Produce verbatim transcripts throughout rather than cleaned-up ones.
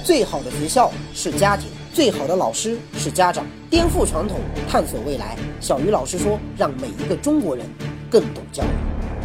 最好的学校是家庭，最好的老师是家长。颠覆传统，探索未来。小鱼老师说，让每一个中国人更懂教育。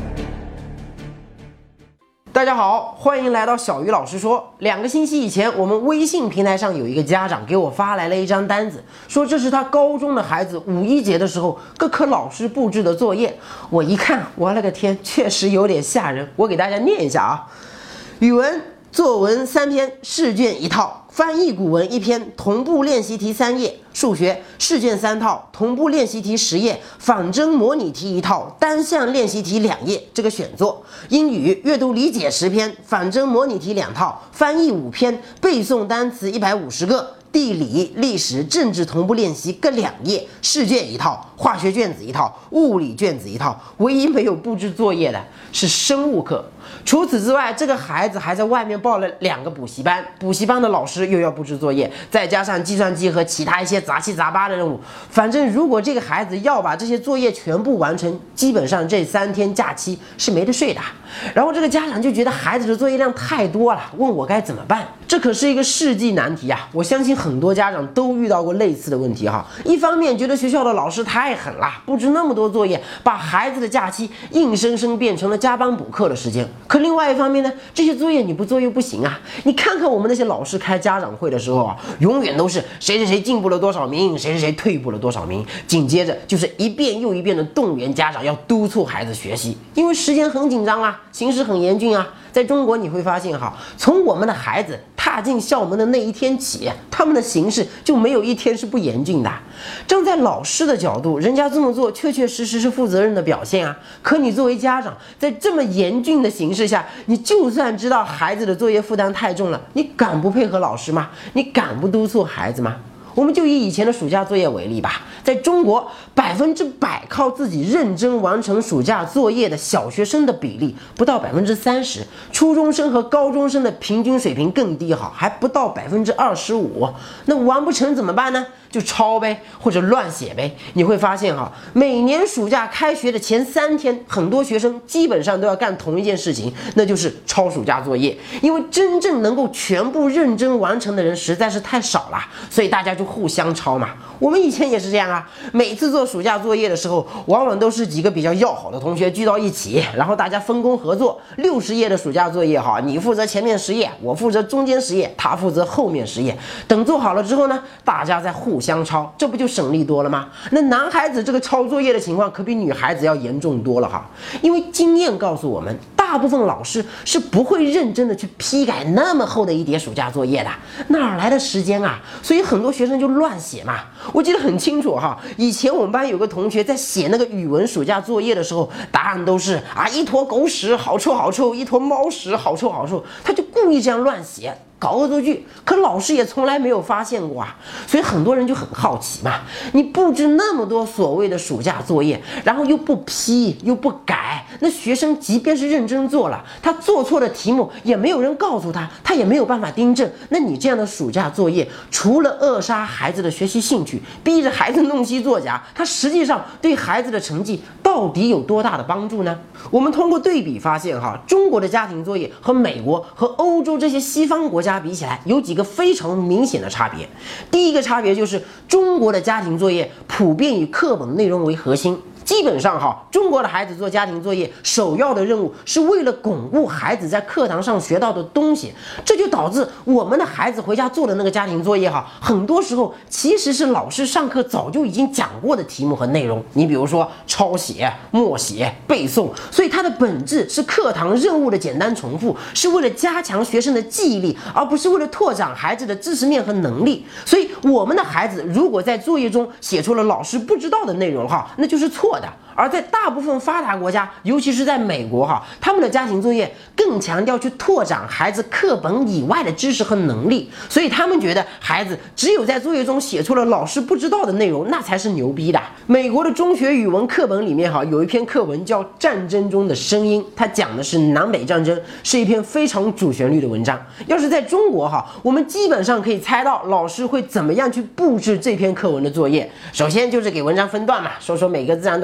大家好，欢迎来到小鱼老师说。两个星期以前，我们微信平台上有一个家长给我发来了一张单子，说这是他高中的孩子五一节的时候各科老师布置的作业。我一看，我勒个天，确实有点吓人。我给大家念一下啊：语文作文三篇，试卷一套；翻译古文一篇，同步练习题三页；数学试卷三套，同步练习题十页；仿真模拟题一套，单项练习题两页，这个选作；英语阅读理解十篇，仿真模拟题两套，翻译五篇，背诵单词一百五十个；地理、历史、政治同步练习各两页，试卷一套，化学卷子一套，物理卷子一套。唯一没有布置作业的是生物课。除此之外，这个孩子还在外面报了两个补习班，补习班的老师又要布置作业，再加上计算机和其他一些杂七杂八的任务。反正如果这个孩子要把这些作业全部完成，基本上这三天假期是没得睡的。然后这个家长就觉得孩子的作业量太多了，问我该怎么办。这可是一个世纪难题啊！我相信很多家长都遇到过类似的问题哈。一方面觉得学校的老师太狠了，布置那么多作业，把孩子的假期硬生生变成了加班补课的时间。可另外一方面呢，这些作业你不做又不行啊！你看看我们那些老师开家长会的时候啊，永远都是谁谁谁进步了多少名，谁谁谁退步了多少名，紧接着就是一遍又一遍的动员家长要督促孩子学习，因为时间很紧张啊，形势很严峻啊。在中国你会发现哈，从我们的孩子踏进校门的那一天起，他们的形势就没有一天是不严峻的。站在老师的角度，人家这么做确确实实是负责任的表现啊。可你作为家长，在这么严峻的形势下，你就算知道孩子的作业负担太重了，你敢不配合老师吗？你敢不督促孩子吗？我们就以以前的暑假作业为例吧，在中国百分之百靠自己认真完成暑假作业的小学生的比例不到百分之三十，初中生和高中生的平均水平更低哈，还不到百分之二十五。那完不成怎么办呢？就抄呗，或者乱写呗。你会发现哈，每年暑假开学的前三天，很多学生基本上都要干同一件事情，那就是抄暑假作业。因为真正能够全部认真完成的人实在是太少了，所以大家就互相抄嘛。我们以前也是这样啊，每次做暑假作业的时候，往往都是几个比较要好的同学聚到一起，然后大家分工合作，六十页的暑假作业哈，你负责前面十页，我负责中间十页，他负责后面十页。等做好了之后呢，大家再互相抄，这不就省力多了吗？那男孩子这个抄作业的情况可比女孩子要严重多了哈，因为经验告诉我们，大部分老师是不会认真的去批改那么厚的一叠暑假作业的，哪来的时间啊？所以很多学生就乱写嘛。我记得很清楚哈，以前我们班有个同学在写那个语文暑假作业的时候，答案都是啊一坨狗屎好臭好臭，一坨猫屎好臭好臭，他就故意这样乱写，搞恶作剧，可老师也从来没有发现过啊，所以很多人就很好奇嘛，你布置那么多所谓的暑假作业，然后又不批又不改，那学生即便是认真做了，他做错的题目也没有人告诉他，他也没有办法订正，那你这样的暑假作业，除了扼杀孩子的学习兴趣，逼着孩子弄虚作假，它实际上对孩子的成绩到底有多大的帮助呢？我们通过对比发现哈，中国的家庭作业和美国和欧洲这些西方国家比起来，有几个非常明显的差别。第一个差别就是中国的家庭作业普遍以课本内容为核心。基本上哈，中国的孩子做家庭作业，首要的任务是为了巩固孩子在课堂上学到的东西，这就导致我们的孩子回家做的那个家庭作业哈，很多时候其实是老师上课早就已经讲过的题目和内容。你比如说抄写、默写、背诵，所以它的本质是课堂任务的简单重复，是为了加强学生的记忆力，而不是为了拓展孩子的知识面和能力。所以我们的孩子如果在作业中写出了老师不知道的内容哈，那就是错的。而在大部分发达国家，尤其是在美国哈，他们的家庭作业更强调去拓展孩子课本以外的知识和能力，所以他们觉得孩子只有在作业中写出了老师不知道的内容，那才是牛逼的。美国的中学语文课本里面哈，有一篇课文叫《战争中的声音》，它讲的是南北战争，是一篇非常主旋律的文章。要是在中国哈，我们基本上可以猜到老师会怎么样去布置这篇课文的作业。首先就是给文章分段嘛，说说每个自然段的段落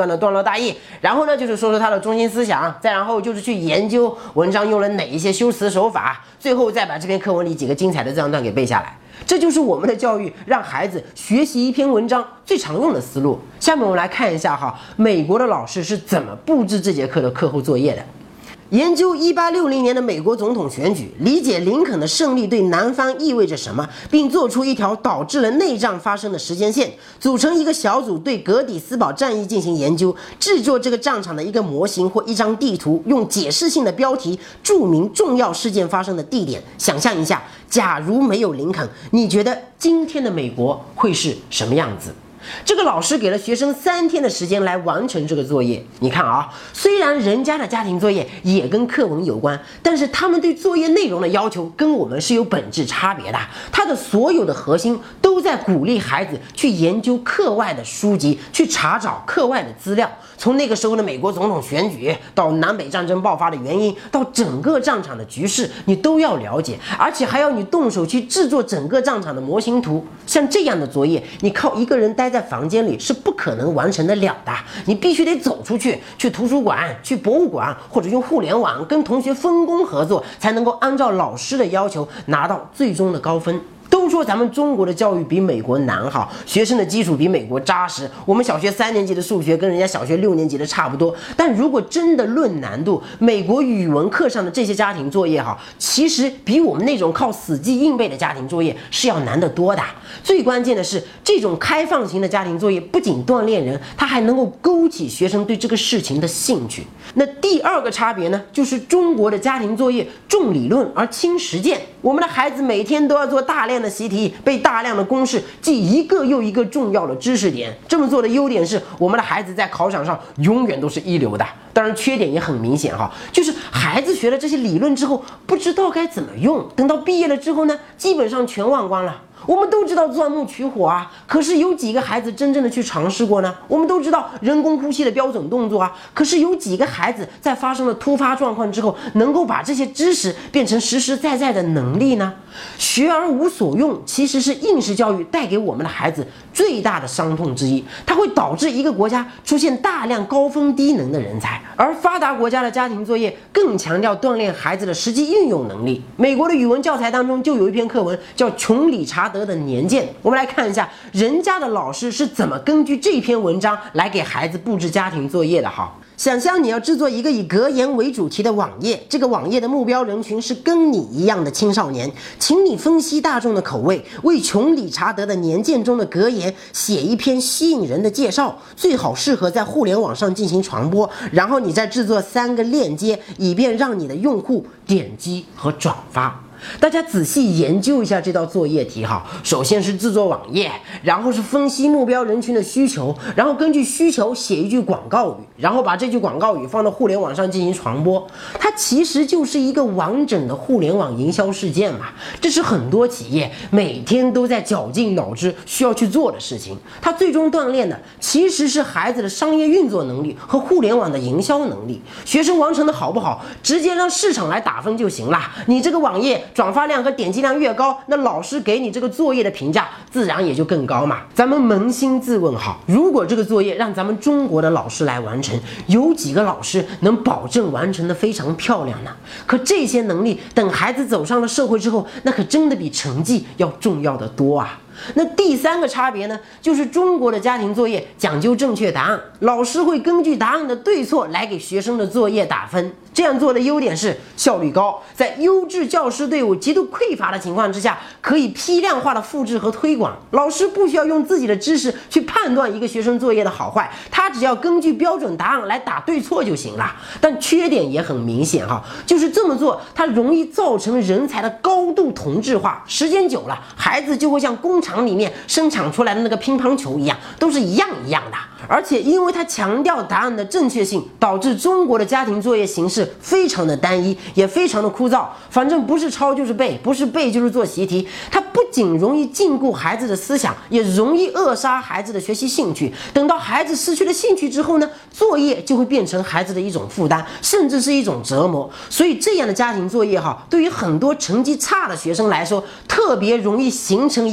大意，然后呢就是说说它的中心思想，再然后就是去研究文章用了哪一些修辞手法，最后再把这篇课文里几个精彩的字样段给背下来。这就是我们的教育让孩子学习一篇文章最常用的思路。下面我们来看一下哈，美国的老师是怎么布置这节课的课后作业的。研究一八六零年的美国总统选举，理解林肯的胜利对南方意味着什么，并做出一条导致了内战发生的时间线，组成一个小组对格底斯堡战役进行研究，制作这个战场的一个模型或一张地图，用解释性的标题注明重要事件发生的地点。想象一下，假如没有林肯，你觉得今天的美国会是什么样子？这个老师给了学生三天的时间来完成这个作业。你看啊，虽然人家的家庭作业也跟课文有关，但是他们对作业内容的要求跟我们是有本质差别的。他的所有的核心都在鼓励孩子去研究课外的书籍，去查找课外的资料。从那个时候的美国总统选举，到南北战争爆发的原因，到整个战场的局势，你都要了解，而且还要你动手去制作整个战场的模型图。像这样的作业，你靠一个人待在房间里是不可能完成得了的，你必须得走出去，去图书馆、去博物馆，或者用互联网跟同学分工合作，才能够按照老师的要求拿到最终的高分。都说咱们中国的教育比美国难好，学生的基础比美国扎实，我们小学三年级的数学跟人家小学六年级的差不多。但如果真的论难度，美国语文课上的这些家庭作业哈，其实比我们那种靠死记硬背的家庭作业是要难得多的。最关键的是，这种开放型的家庭作业不仅锻炼人，它还能够勾起学生对这个事情的兴趣。那第二个差别呢，就是中国的家庭作业重理论而轻实践。我们的孩子每天都要做大量的习题，背大量的公式，记一个又一个重要的知识点。这么做的优点是，我们的孩子在考场上永远都是一流的。当然缺点也很明显哈，就是孩子学了这些理论之后，不知道该怎么用，等到毕业了之后呢，基本上全忘光了。我们都知道钻木取火啊，可是有几个孩子真正的去尝试过呢？我们都知道人工呼吸的标准动作啊，可是有几个孩子在发生了突发状况之后，能够把这些知识变成实实在在的能力呢？学而无所用，其实是应试教育带给我们的孩子最大的伤痛之一，它会导致一个国家出现大量高分低能的人才。而发达国家的家庭作业更强调锻炼孩子的实际应用能力。美国的语文教材当中就有一篇课文叫《穷理查德的年鉴》，我们来看一下人家的老师是怎么根据这篇文章来给孩子布置家庭作业的哈。想象你要制作一个以格言为主题的网页，这个网页的目标人群是跟你一样的青少年，请你分析大众的口味，为穷理查德的年鉴中的格言写一篇吸引人的介绍，最好适合在互联网上进行传播，然后你再制作三个链接，以便让你的用户点击和转发。大家仔细研究一下这道作业题哈，首先是制作网页，然后是分析目标人群的需求，然后根据需求写一句广告语，然后把这句广告语放到互联网上进行传播。它其实就是一个完整的互联网营销事件嘛，这是很多企业每天都在绞尽脑汁需要去做的事情。它最终锻炼的其实是孩子的商业运作能力和互联网的营销能力。学生完成的好不好，直接让市场来打分就行了。你这个网页转发量和点击量越高，那老师给你这个作业的评价自然也就更高嘛。咱们扪心自问好，如果这个作业让咱们中国的老师来完成，有几个老师能保证完成的非常漂亮呢？可这些能力等孩子走上了社会之后，那可真的比成绩要重要的多啊。那第三个差别呢，就是中国的家庭作业讲究正确答案，老师会根据答案的对错来给学生的作业打分。这样做的优点是效率高，在优质教师队伍极度匮乏的情况之下，可以批量化的复制和推广。老师不需要用自己的知识去判断一个学生作业的好坏，他只要根据标准答案来打对错就行了。但缺点也很明显哈，就是这么做它容易造成人才的高度同质化，时间久了，孩子就会像工厂里面生产出来的那个乒乓球一样，都是一样一样的。而且因为它强调答案的正确性，导致中国的家庭作业形式非常的单一，也非常的枯燥，反正不是抄就是背，不是背就是做习题。它不仅容易禁锢孩子的思想，也容易扼杀孩子的学习兴趣。等到孩子失去了兴趣之后呢，作业就会变成孩子的一种负担，甚至是一种折磨。所以这样的家庭作业哈，对于很多成绩差的学生来说，特别容易形成一个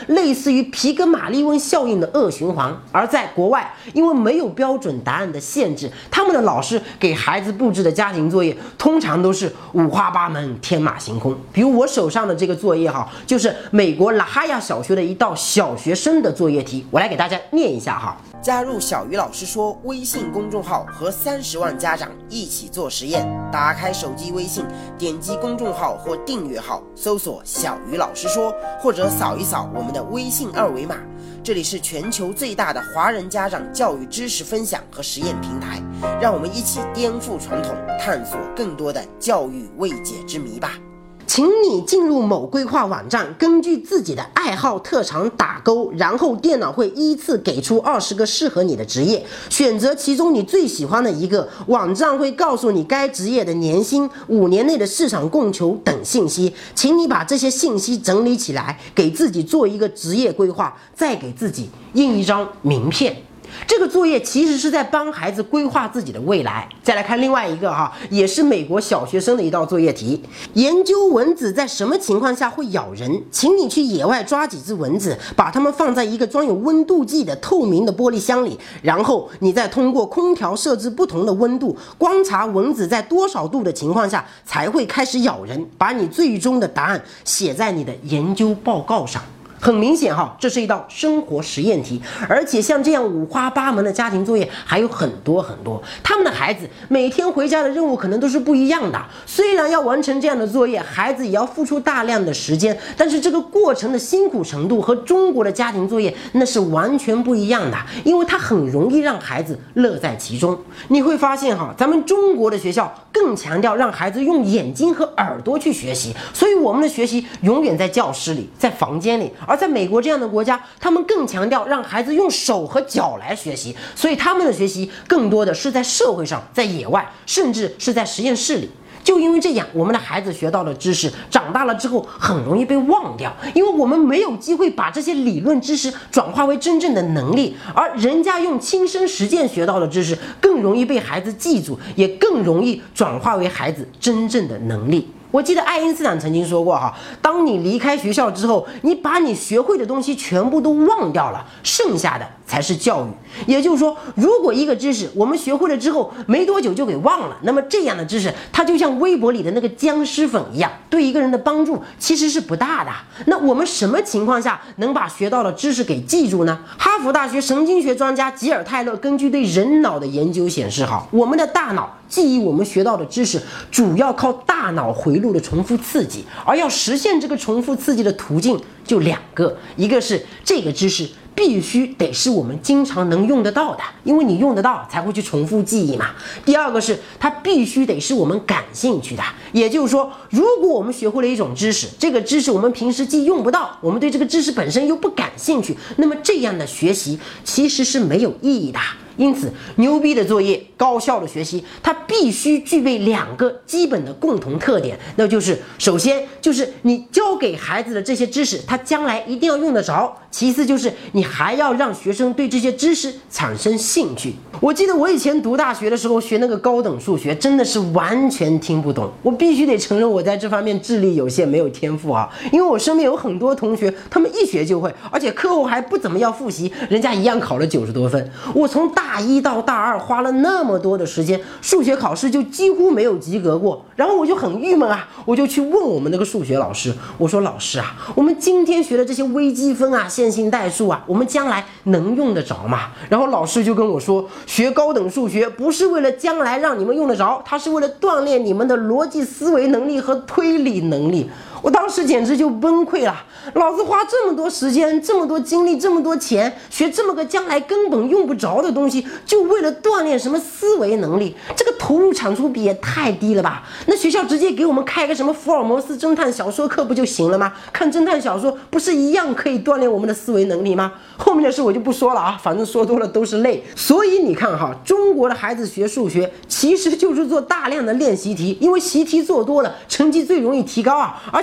类似于皮格马利翁效应的恶循环。而在国外，因为没有标准答案的限制，他们的老师给孩子布置的家庭作业通常都是五花八门、天马行空。比如我手上的这个作业哈，就是美国拉哈亚小学的一道小学生的作业题，我来给大家念一下哈。加入小鱼老师说微信公众号，和三十万家长一起做实验。打开手机微信，点击公众号或订阅号，搜索小鱼老师说，或者扫一扫我们的微信二维码。这里是全球最大的华人家长教育知识分享和实验平台，让我们一起颠覆传统，探索更多的教育未解之谜吧。请你进入某规划网站，根据自己的爱好特长打勾，然后电脑会依次给出二十个适合你的职业，选择其中你最喜欢的一个。网站会告诉你该职业的年薪、五年内的市场供求等信息，请你把这些信息整理起来，给自己做一个职业规划，再给自己印一张名片。这个作业其实是在帮孩子规划自己的未来。再来看另外一个哈，也是美国小学生的一道作业题，研究蚊子在什么情况下会咬人。请你去野外抓几只蚊子，把它们放在一个装有温度计的透明的玻璃箱里，然后你再通过空调设置不同的温度，观察蚊子在多少度的情况下才会开始咬人，把你最终的答案写在你的研究报告上。很明显哈，这是一道生活实验题，而且像这样五花八门的家庭作业还有很多很多。他们的孩子每天回家的任务可能都是不一样的，虽然要完成这样的作业，孩子也要付出大量的时间，但是这个过程的辛苦程度和中国的家庭作业那是完全不一样的，因为它很容易让孩子乐在其中。你会发现哈，咱们中国的学校更强调让孩子用眼睛和耳朵去学习，所以我们的学习永远在教室里，在房间里。而在美国这样的国家，他们更强调让孩子用手和脚来学习，所以他们的学习更多的是在社会上，在野外，甚至是在实验室里。就因为这样，我们的孩子学到的知识长大了之后很容易被忘掉，因为我们没有机会把这些理论知识转化为真正的能力，而人家用亲身实践学到的知识更容易被孩子记住，也更容易转化为孩子真正的能力。我记得爱因斯坦曾经说过哈，当你离开学校之后，你把你学会的东西全部都忘掉了，剩下的才是教育。也就是说，如果一个知识我们学会了之后没多久就给忘了，那么这样的知识它就像微博里的那个僵尸粉一样，对一个人的帮助其实是不大的。那我们什么情况下能把学到的知识给记住呢？哈佛大学神经学专家吉尔泰勒根据对人脑的研究显示，哈，我们的大脑记忆我们学到的知识主要靠大脑回路的重复刺激，而要实现这个重复刺激的途径就两个，一个是这个知识必须得是我们经常能用得到的，因为你用得到才会去重复记忆嘛。第二个是它必须得是我们感兴趣的，也就是说，如果我们学会了一种知识，这个知识我们平时既用不到，我们对这个知识本身又不感兴趣，那么这样的学习其实是没有意义的。因此，牛逼的作业、高效的学习，它必须具备两个基本的共同特点，那就是首先就是你教给孩子的这些知识，他将来一定要用得着；其次就是你还要让学生对这些知识产生兴趣。我记得我以前读大学的时候学那个高等数学，真的是完全听不懂。我必须得承认，我在这方面智力有限，没有天赋啊。因为我身边有很多同学，他们一学就会，而且课后还不怎么要复习，人家一样考了九十多分。我从大一到大二花了那么多的时间，数学考试就几乎没有及格过。然后我就很郁闷啊，我就去问我们那个数学老师，我说老师啊，我们今天学的这些微积分啊、线性代数啊，我们将来能用得着吗？然后老师就跟我说，学高等数学不是为了将来让你们用得着，它是为了锻炼你们的逻辑思维能力和推理能力。我当时简直就崩溃了，老子花这么多时间、这么多精力、这么多钱学这么个将来根本用不着的东西，就为了锻炼什么思维能力，这个投入产出比也太低了吧？那学校直接给我们开个什么福尔摩斯侦探小说课不就行了吗？看侦探小说不是一样可以锻炼我们的思维能力吗？后面的事我就不说了啊，反正说多了都是泪。所以你看哈，中国的孩子学数学其实就是做大量的练习题，因为习题做多了，成绩最容易提高啊，而且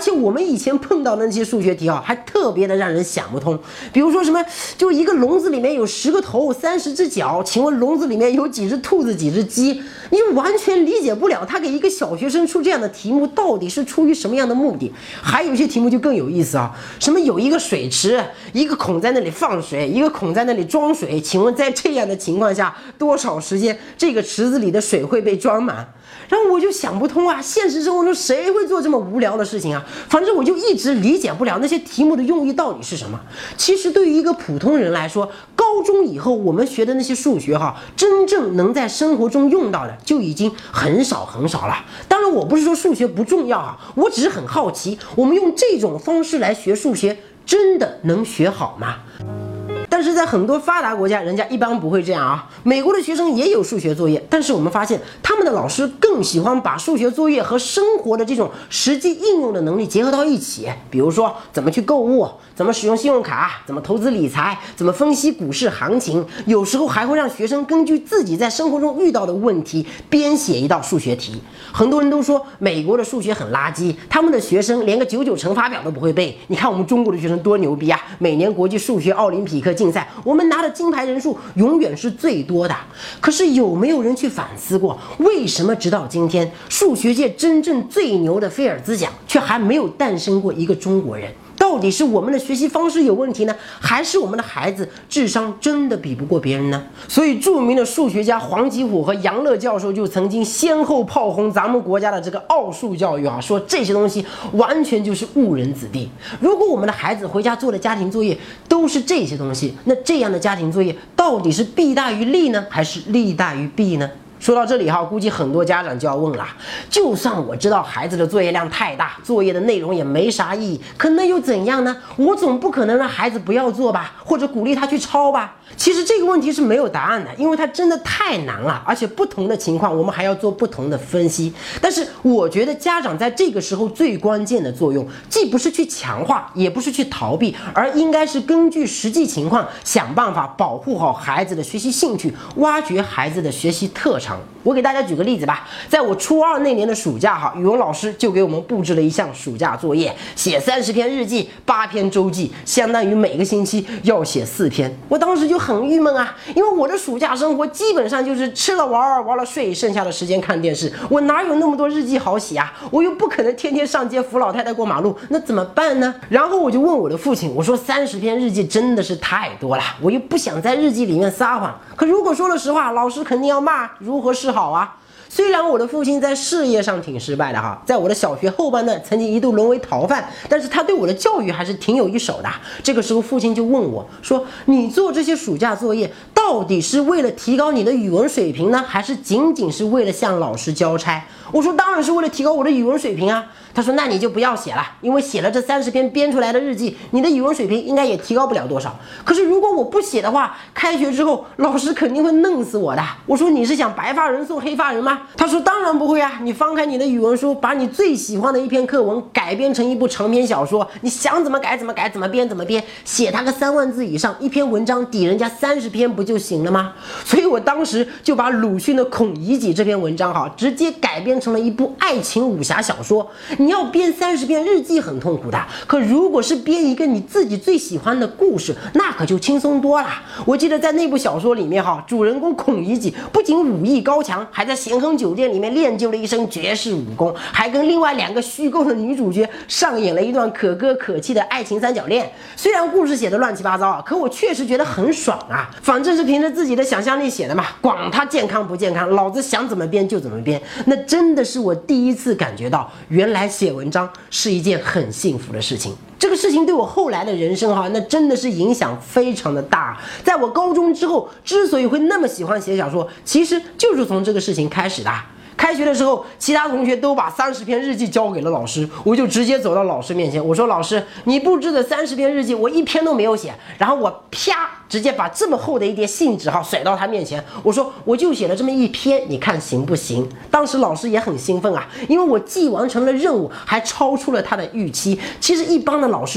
且我们以前碰到的那些数学题啊，还特别的让人想不通。比如说什么，就一个笼子里面有十个头，三十只脚，请问笼子里面有几只兔子，几只鸡？你完全理解不了，他给一个小学生出这样的题目，到底是出于什么样的目的？还有一些题目就更有意思啊，什么有一个水池，一个孔在那里放水，一个孔在那里装水，请问在这样的情况下，多少时间这个池子里的水会被装满？然后我就想不通啊，现实生活中谁会做这么无聊的事情啊？反正我就一直理解不了那些题目的用意到底是什么。其实对于一个普通人来说，高中以后我们学的那些数学哈，真正能在生活中用到的就已经很少很少了。当然，我不是说数学不重要啊，我只是很好奇，我们用这种方式来学数学，真的能学好吗？但是在很多发达国家，人家一般不会这样啊。美国的学生也有数学作业，但是我们发现他们的老师更喜欢把数学作业和生活的这种实际应用的能力结合到一起。比如说怎么去购物，怎么使用信用卡，怎么投资理财，怎么分析股市行情。有时候还会让学生根据自己在生活中遇到的问题编写一道数学题。很多人都说美国的数学很垃圾，他们的学生连个九九乘法表都不会背。你看我们中国的学生多牛逼啊！每年国际数学奥林匹克竞赛，我们拿的金牌人数永远是最多的。可是有没有人去反思过，为什么直到今天，数学界真正最牛的菲尔兹奖却还没有诞生过一个中国人？到底是我们的学习方式有问题呢，还是我们的孩子智商真的比不过别人呢？所以著名的数学家黄吉甫和杨乐教授就曾经先后炮轰咱们国家的这个奥数教育啊，说这些东西完全就是误人子弟。如果我们的孩子回家做的家庭作业都是这些东西，那这样的家庭作业到底是弊大于利呢，还是利大于弊呢？说到这里哈，估计很多家长就要问了，就算我知道孩子的作业量太大，作业的内容也没啥意义，可那又怎样呢？我总不可能让孩子不要做吧，或者鼓励他去抄吧？其实这个问题是没有答案的，因为它真的太难了，而且不同的情况我们还要做不同的分析。但是我觉得家长在这个时候最关键的作用，既不是去强化，也不是去逃避，而应该是根据实际情况想办法保护好孩子的学习兴趣，挖掘孩子的学习特长。我给大家举个例子吧，在我初二那年的暑假哈，语文老师就给我们布置了一项暑假作业，写三十篇日记，八篇周记，相当于每个星期要写四篇。我当时就很郁闷啊，因为我的暑假生活基本上就是吃了玩玩了睡，剩下的时间看电视，我哪有那么多日记好写啊？我又不可能天天上街扶老太太过马路，那怎么办呢？然后我就问我的父亲，我说三十篇日记真的是太多了，我又不想在日记里面撒谎，可如果说了实话，老师肯定要骂，如何是好啊？虽然我的父亲在事业上挺失败的哈，在我的小学后半段曾经一度沦为逃犯，但是他对我的教育还是挺有一手的。这个时候父亲就问我说，你做这些暑假作业到底是为了提高你的语文水平呢，还是仅仅是为了向老师交差？我说当然是为了提高我的语文水平啊。他说那你就不要写了，因为写了这三十篇编出来的日记，你的语文水平应该也提高不了多少。可是如果我不写的话，开学之后老师肯定会弄死我的。我说你是想白发人送黑发人吗？他说当然不会啊，你翻开你的语文书，把你最喜欢的一篇课文改编成一部长篇小说，你想怎么改怎么改，怎么编怎么编，写它个三万字以上，一篇文章抵人家三十篇不就行了吗？所以我当时就把鲁迅的《孔乙己》这篇文章哈，直接改编成了一部爱情武侠小说。你要编三十篇日记很痛苦的，可如果是编一个你自己最喜欢的故事，那可就轻松多了。我记得在那部小说里面哈，主人公孔乙己不仅武艺高强，还在咸亨酒店里面练就了一身绝世武功，还跟另外两个虚构的女主角上演了一段可歌可泣的爱情三角恋。虽然故事写的乱七八糟啊，可我确实觉得很爽啊，反正是凭着自己的想象力写的嘛，管它健康不健康，老子想怎么编就怎么编。那真的是我第一次感觉到，原来写文章是一件很幸福的事情。这个事情对我后来的人生哈，那真的是影响非常的大。在我高中之后，之所以会那么喜欢写小说，其实就是从这个事情开始的。开学的时候，其他同学都把三十篇日记交给了老师，我就直接走到老师面前，我说老师，你布置的三十篇日记我一篇都没有写。然后我啪直接把这么厚的一叠信纸哈甩到他面前，我说我就写了这么一篇，你看行不行？当时老师也很兴奋啊，因为我既完成了任务，还超出了他的预期。其实一般的老师都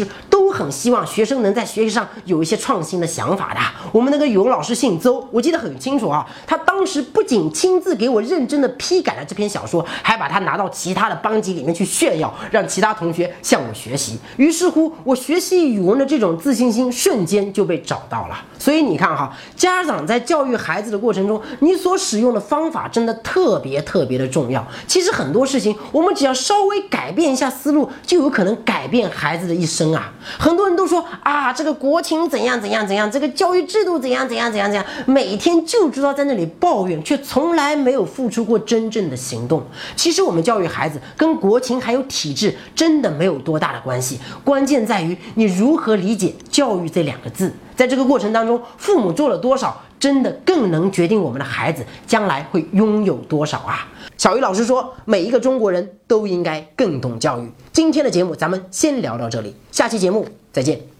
都很希望学生能在学习上有一些创新的想法的。我们那个语文老师姓邹，我记得很清楚啊，他当时不仅亲自给我认真的批改了这篇小说，还把它拿到其他的班级里面去炫耀，让其他同学向我学习。于是乎，我学习语文的这种自信心瞬间就被找到了。所以你看哈，家长在教育孩子的过程中，你所使用的方法真的特别特别的重要。其实很多事情，我们只要稍微改变一下思路，就有可能改变孩子的一生啊。很多人都说啊，这个国情怎样怎样怎样，这个教育制度怎样怎样怎样怎样，每天就知道在那里抱怨，却从来没有付出过真正的行动。其实我们教育孩子跟国情还有体制真的没有多大的关系，关键在于你如何理解教育这两个字。在这个过程当中，父母做了多少，真的更能决定我们的孩子将来会拥有多少啊！小鱼老师说，每一个中国人都应该更懂教育。今天的节目咱们先聊到这里，下期节目再见。